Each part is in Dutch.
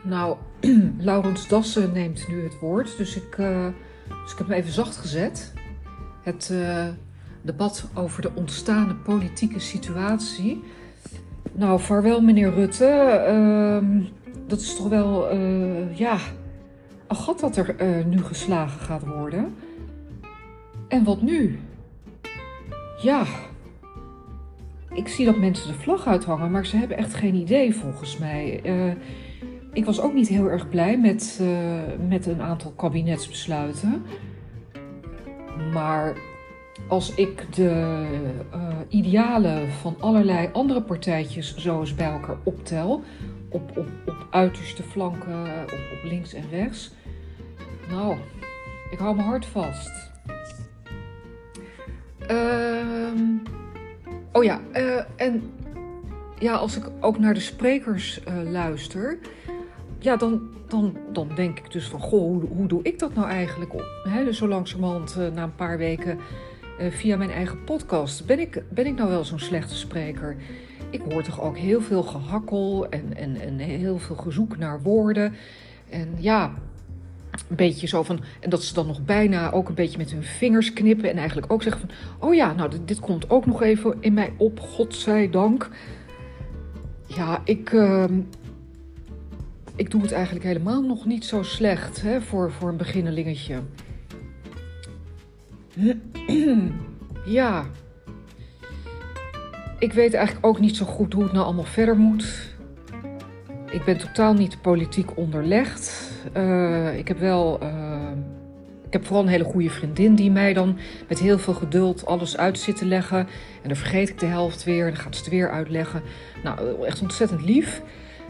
Nou, Laurens Dassen neemt nu het woord, dus ik heb hem even zacht gezet. Het debat over de ontstaande politieke situatie. Nou, vaarwel meneer Rutte. Dat is toch wel, een gat dat er nu geslagen gaat worden. En wat nu? Ja, ik zie dat mensen de vlag uithangen, maar ze hebben echt geen idee volgens mij. Ik was ook niet heel erg blij met een aantal kabinetsbesluiten. Maar als ik de idealen van allerlei andere partijtjes zo eens bij elkaar optel, op uiterste flanken, op links en rechts. Nou, ik hou mijn hart vast. En als ik ook naar de sprekers luister, ja, dan denk ik dus van, goh, hoe doe ik dat nou eigenlijk? Dus zo langzamerhand na een paar weken via mijn eigen podcast. Ben ik nou wel zo'n slechte spreker? Ik hoor toch ook heel veel gehakkel en heel veel gezoek naar woorden. En ja, een beetje zo van, en dat ze dan nog bijna ook een beetje met hun vingers knippen en eigenlijk ook zeggen van, oh ja, nou dit komt ook nog even in mij op, godzijdank. Ja, ik doe het eigenlijk helemaal nog niet zo slecht, hè, voor een beginnelingetje. Ja, ik weet eigenlijk ook niet zo goed hoe het nou allemaal verder moet. Ik ben totaal niet politiek onderlegd. Ik heb vooral een hele goede vriendin die mij dan met heel veel geduld alles uit zit te leggen. En dan vergeet ik de helft weer en dan gaat ze het weer uitleggen. Nou, echt ontzettend lief.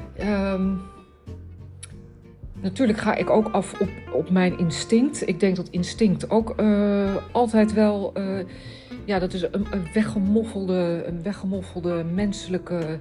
Natuurlijk ga ik ook af op mijn instinct. Ik denk dat instinct ook altijd wel, dat is een weggemoffelde menselijke,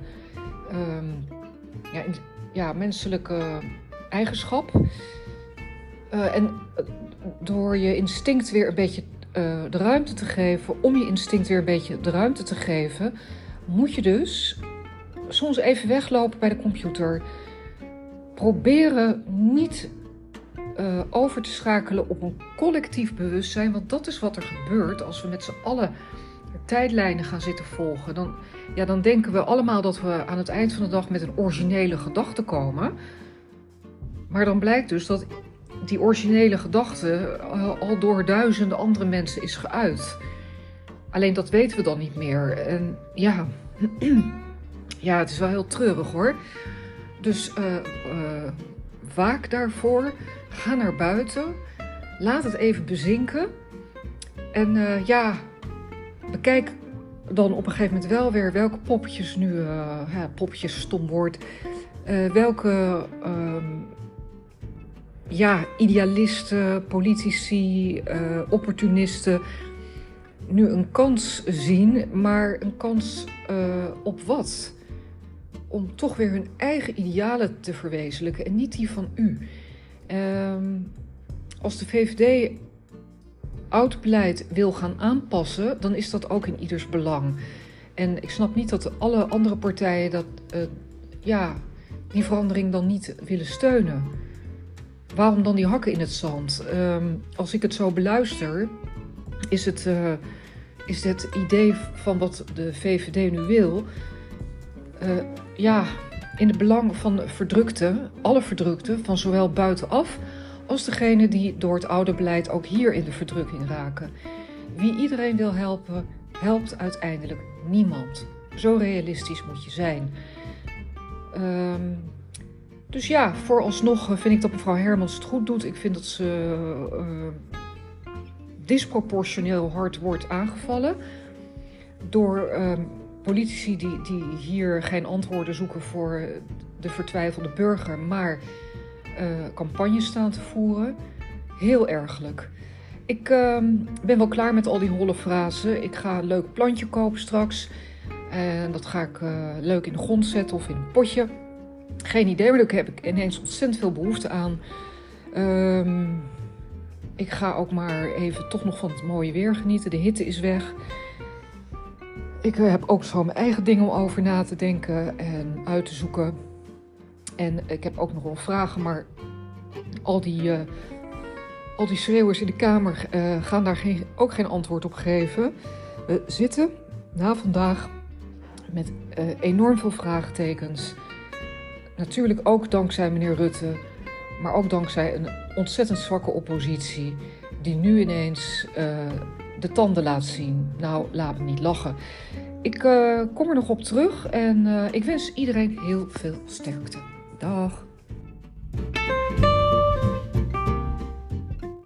menselijke eigenschap. En door je instinct weer een beetje de ruimte te geven, om je instinct weer een beetje de ruimte te geven, moet je dus soms even weglopen bij de computer. Proberen niet over te schakelen op een collectief bewustzijn, want dat is wat er gebeurt als we met z'n allen tijdlijnen gaan zitten volgen. Dan denken we allemaal dat we aan het eind van de dag met een originele gedachte komen. Maar dan blijkt dus dat die originele gedachte al door duizenden andere mensen is geuit. Alleen dat weten we dan niet meer. En ja, het is wel heel treurig hoor. Dus waak daarvoor. Ga naar buiten. Laat het even bezinken. En bekijk dan op een gegeven moment wel weer welke poppetjes nu, poppetjes stom woord, welke idealisten, politici, opportunisten nu een kans zien, maar een kans op wat? Om toch weer hun eigen idealen te verwezenlijken en niet die van u. Als de VVD oud beleid wil gaan aanpassen, dan is dat ook in ieders belang. En ik snap niet dat alle andere partijen die verandering dan niet willen steunen. Waarom dan die hakken in het zand? Als ik het zo beluister, is het idee van wat de VVD nu wil, in het belang van alle verdrukten, van zowel buitenaf als degene die door het oude beleid ook hier in de verdrukking raken. Wie iedereen wil helpen, helpt uiteindelijk niemand. Zo realistisch moet je zijn. Dus ja, vooralsnog vind ik dat mevrouw Hermans het goed doet. Ik vind dat ze disproportioneel hard wordt aangevallen door politici die hier geen antwoorden zoeken voor de vertwijfelde burger, maar campagnes staan te voeren. Heel ergelijk. Ik ben wel klaar met al die holle frasen. Ik ga een leuk plantje kopen straks. En dat ga ik leuk in de grond zetten of in een potje. Geen idee, maar daar heb ik ineens ontzettend veel behoefte aan. Ik ga ook maar even toch nog van het mooie weer genieten. De hitte is weg. Ik heb ook zo mijn eigen dingen om over na te denken en uit te zoeken. En ik heb ook nog wel vragen, maar al die schreeuwers in de Kamer gaan daar ook geen antwoord op geven. We zitten na vandaag met enorm veel vraagtekens. Natuurlijk ook dankzij meneer Rutte, maar ook dankzij een ontzettend zwakke oppositie die nu ineens de tanden laat zien. Nou, laat me niet lachen. Ik kom er nog op terug en ik wens iedereen heel veel sterkte. Dag.